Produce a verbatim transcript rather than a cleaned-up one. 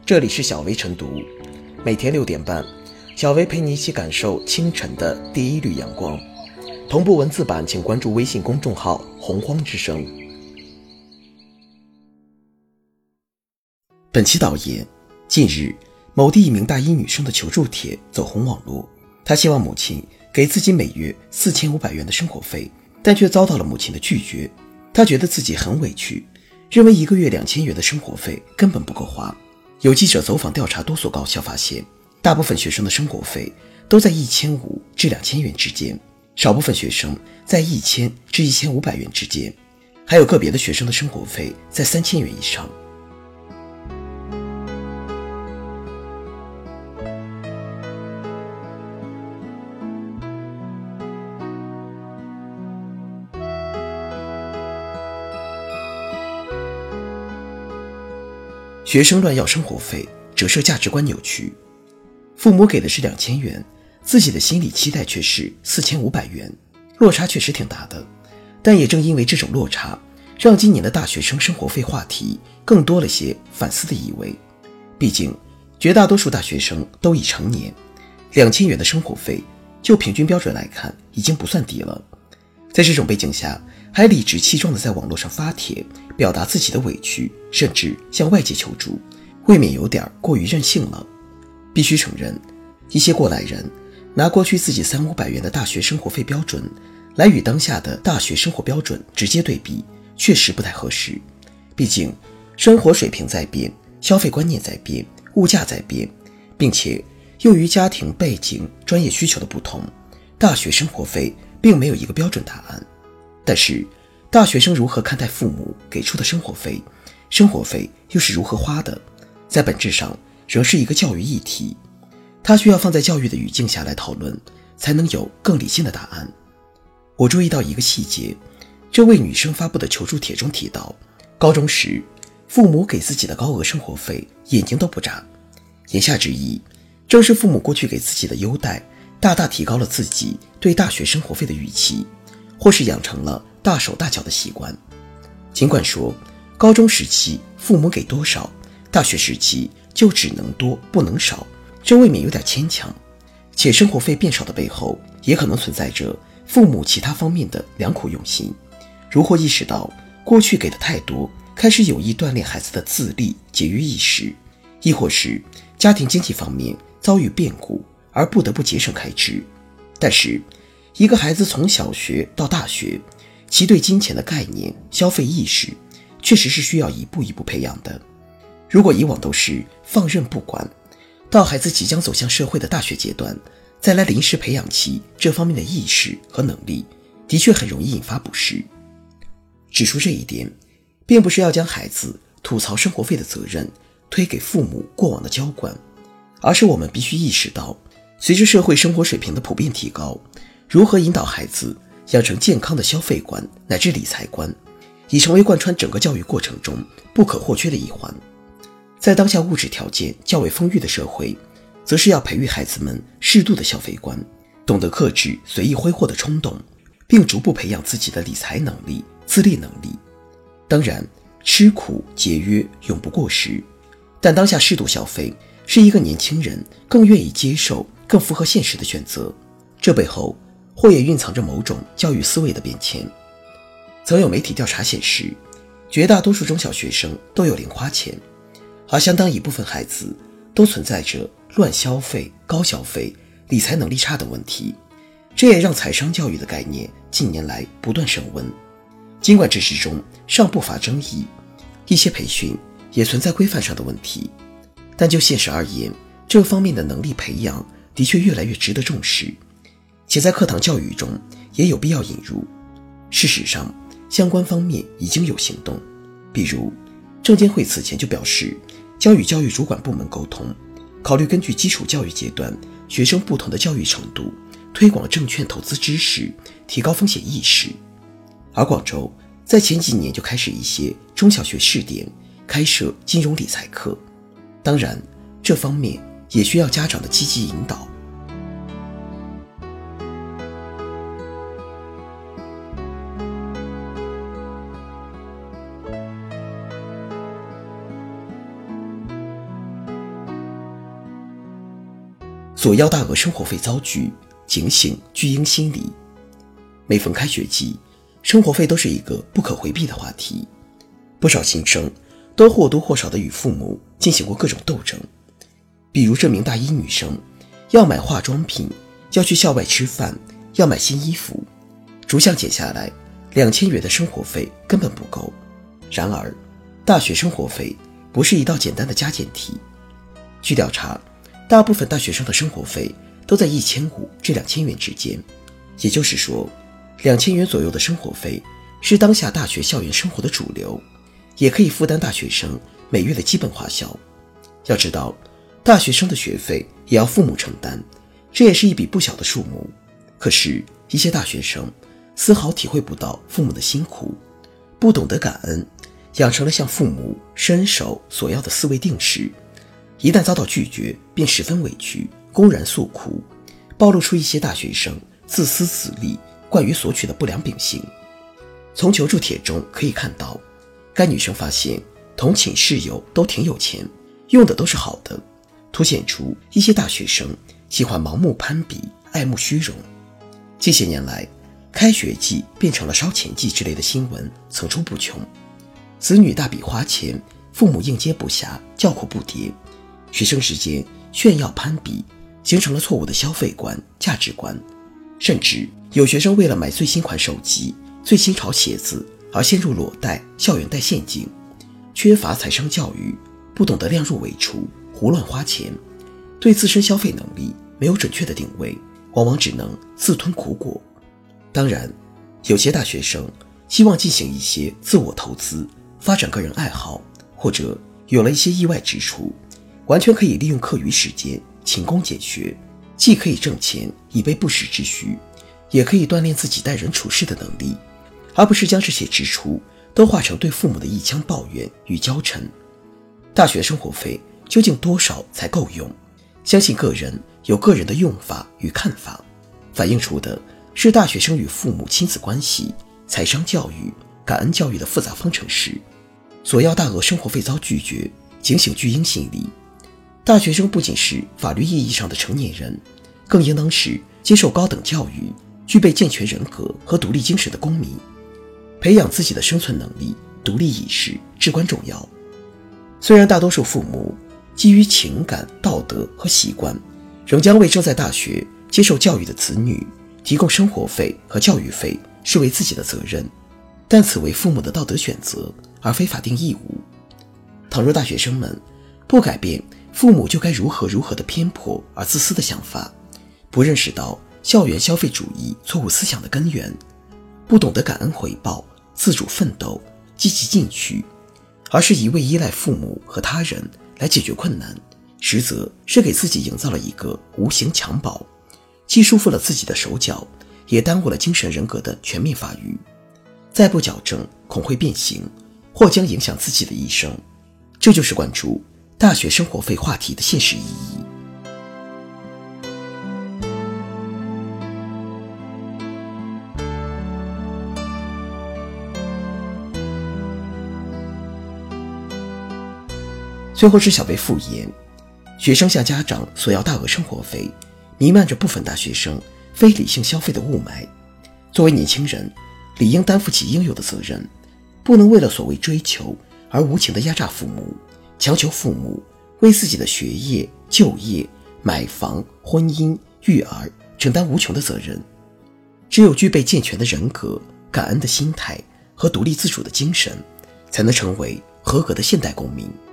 这里是小薇晨读，每天六点半，小薇陪你一起感受清晨的第一缕阳光。同步文字版请关注微信公众号洪荒之声。本期导言：近日，某地一名大一女生的求助帖走红网络，她希望母亲给自己每月四千五百元的生活费，但却遭到了母亲的拒绝。她觉得自己很委屈，认为一个月两千元的生活费根本不够花。有记者走访调查多所高校，发现大部分学生的生活费都在一千五至两千元之间，少部分学生在一千至一千五百元之间，还有个别的学生的生活费在三千元以上。学生乱要生活费，折射价值观扭曲。父母给的是两千元，自己的心理期待却是四千五百元，落差确实挺大的。但也正因为这种落差，让今年的大学生生活费话题更多了些反思的意味。毕竟，绝大多数大学生都已成年，两千元的生活费，就平均标准来看，已经不算低了。在这种背景下，还理直气壮地在网络上发帖，表达自己的委屈，甚至向外界求助，未免有点过于任性了。必须承认，一些过来人拿过去自己三五百元的大学生活费标准，来与当下的大学生活标准直接对比，确实不太合适。毕竟，生活水平在变，消费观念在变，物价在变，并且由于家庭背景、专业需求的不同，大学生活费并没有一个标准答案。但是，大学生如何看待父母给出的生活费，生活费又是如何花的，在本质上仍是一个教育议题，它需要放在教育的语境下来讨论，才能有更理性的答案。我注意到一个细节，这位女生发布的求助帖中提到，高中时父母给自己的高额生活费眼睛都不眨，言下之意，正是父母过去给自己的优待，大大提高了自己对大学生活费的预期，或是养成了大手大脚的习惯。尽管说高中时期父母给多少，大学时期就只能多不能少，这未免有点牵强。且生活费变少的背后，也可能存在着父母其他方面的良苦用心，如何意识到过去给的太多，开始有意锻炼孩子的自立节约意识，亦或是家庭经济方面遭遇变故而不得不节省开支。但是一个孩子从小学到大学，其对金钱的概念、消费意识确实是需要一步一步培养的。如果以往都是放任不管，到孩子即将走向社会的大学阶段，再来临时培养其这方面的意识和能力，的确很容易引发不适。指出这一点，并不是要将孩子吐槽生活费的责任推给父母过往的娇惯，而是我们必须意识到，随着社会生活水平的普遍提高，如何引导孩子养成健康的消费观乃至理财观，已成为贯穿整个教育过程中不可或缺的一环。在当下物质条件较为丰裕的社会，则是要培育孩子们适度的消费观，懂得克制随意挥霍的冲动，并逐步培养自己的理财能力、自立能力。当然，吃苦节约永不过时，但当下适度消费是一个年轻人更愿意接受、更符合现实的选择。这背后或也蕴藏着某种教育思维的变迁。曾有媒体调查显示，绝大多数中小学生都有零花钱，而相当一部分孩子都存在着乱消费、高消费、理财能力差等问题。这也让财商教育的概念近年来不断升温。尽管这之中尚不乏争议，一些培训也存在规范上的问题，但就现实而言，这方面的能力培养的确越来越值得重视，且在课堂教育中也有必要引入。事实上，相关方面已经有行动，比如证监会此前就表示，将与教育主管部门沟通，考虑根据基础教育阶段学生不同的教育程度，推广证券投资知识，提高风险意识。而广州在前几年就开始一些中小学试点开设金融理财课，当然这方面也需要家长的积极引导。 索要大额生活费遭拒，警醒巨婴心理。每逢开学季，生活费都是一个不可回避的话题，不少新生都或多或少地与父母进行过各种斗争。比如这名大一女生，要买化妆品，要去校外吃饭，要买新衣服，逐项减下来，两千元的生活费根本不够。然而，大学生活费不是一道简单的加减题。据调查，大部分大学生的生活费都在一千五至两千元之间，也就是说，两千元左右的生活费是当下大学校园生活的主流，也可以负担大学生每月的基本花销。要知道，大学生的学费也要父母承担，这也是一笔不小的数目。可是，一些大学生丝毫体会不到父母的辛苦，不懂得感恩，养成了向父母伸手索要的思维定式。一旦遭到拒绝，便十分委屈，公然诉苦，暴露出一些大学生自私自利、惯于索取的不良秉性。从求助帖中可以看到，该女生发现同寝室友都挺有钱，用的都是好的，凸显出一些大学生喜欢盲目攀比、爱慕虚荣。近些年来，开学季变成了烧钱季之类的新闻层出不穷，子女大笔花钱，父母应接不暇，叫苦不迭，学生之间炫耀攀比，形成了错误的消费观、价值观。甚至有学生为了买最新款手机、最新潮鞋子而陷入裸贷、校园贷陷阱，缺乏财商教育，不懂得量入为出，胡乱花钱，对自身消费能力没有准确的定位，往往只能自吞苦果。当然，有些大学生希望进行一些自我投资，发展个人爱好，或者有了一些意外支出，完全可以利用课余时间勤工俭学，既可以挣钱以备不时之需，也可以锻炼自己待人处事的能力，而不是将这些支出都化成对父母的一腔抱怨与娇嗔。大学生活费究竟多少才够用？相信个人有个人的用法与看法，反映出的是大学生与父母亲子关系、财商教育、感恩教育的复杂方程式。索要大额生活费遭拒绝，警醒巨婴心理。大学生不仅是法律意义上的成年人，更应当是接受高等教育、具备健全人格和独立精神的公民。培养自己的生存能力、独立意识至关重要。虽然大多数父母基于情感、道德和习惯，仍将为正在大学接受教育的子女提供生活费和教育费视为自己的责任，但此为父母的道德选择，而非法定义务。倘若大学生们不改变父母就该如何如何的偏颇而自私的想法，不认识到校园消费主义错误思想的根源，不懂得感恩回报、自主奋斗、积极进取，而是一味依赖父母和他人来解决困难，实则是给自己营造了一个无形襁褓，既束缚了自己的手脚，也耽误了精神人格的全面发育。再不矫正，恐会变形，或将影响自己的一生。这就是关注大学生活费话题的现实意义。最后是小贝复言，学生向家长索要大额生活费，弥漫着部分大学生非理性消费的雾霾。作为年轻人，理应担负起应有的责任，不能为了所谓追求而无情地压榨父母，强求父母为自己的学业、就业、买房、婚姻、育儿承担无穷的责任。只有具备健全的人格、感恩的心态和独立自主的精神，才能成为合格的现代公民。